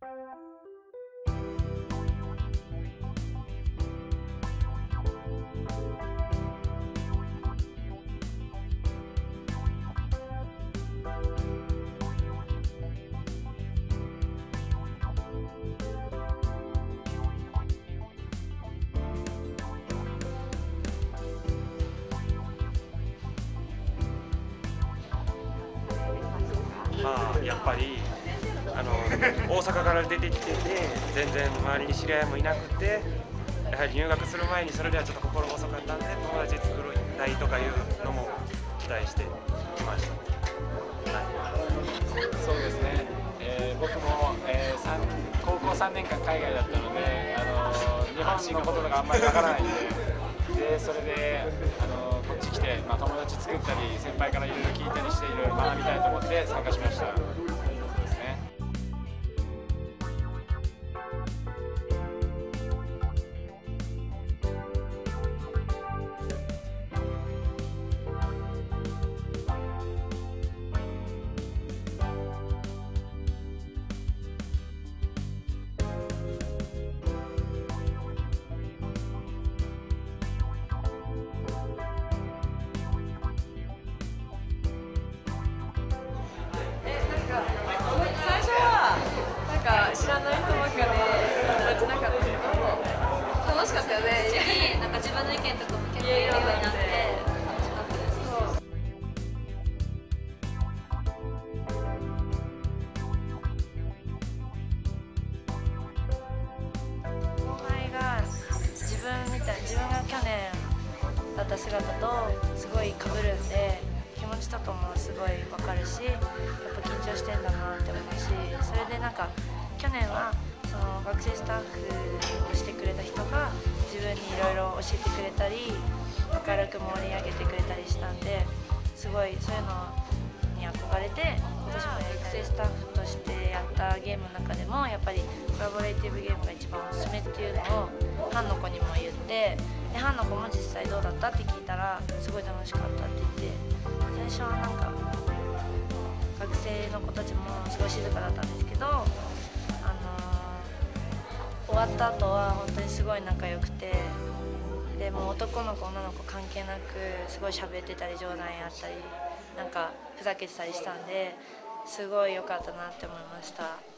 やっぱり大阪から出てきてて全然周りに知り合いもいなくて、やはり入学する前にそれではちょっと心細かったんで友達作りたいとかいうのも期待してきました。 そうですね、僕も、高校3年間海外だったので、日本のこととかあんまりわからないんで、それでこっち来て、友達作ったり先輩からいろいろ聞いたりしていろいろ学びたいと思って参加しました。そうですね。 知らない人ばっかで友達なかったけど楽しかったよね。 次なんか自分の意見とかも結構言えるようになって楽しかったです。 後輩が自分が去年だった姿とすごい被るんで、気持ちとかもすごい分かるし、やっぱ緊張してんだなって思うし、それでなんか去年はその学生スタッフをしてくれた人が自分にいろいろ教えてくれたり明るく盛り上げてくれたりしたんで、すごいそういうのに憧れて、今年も育成スタッフとしてやったゲームの中でもやっぱりコラボレーティブゲームが一番おすすめっていうのをファンの子にも言って、でファンの子も実際どうだったって聞いたらすごい楽しかったって言って、最初はなんか学生の子たちもすごい静かだったんですけど、終わった後は本当にすごい仲良くて、でも男の子女の子関係なくすごい喋ってたり冗談やったりなんかふざけてたりしたんで、すごい良かったなって思いました。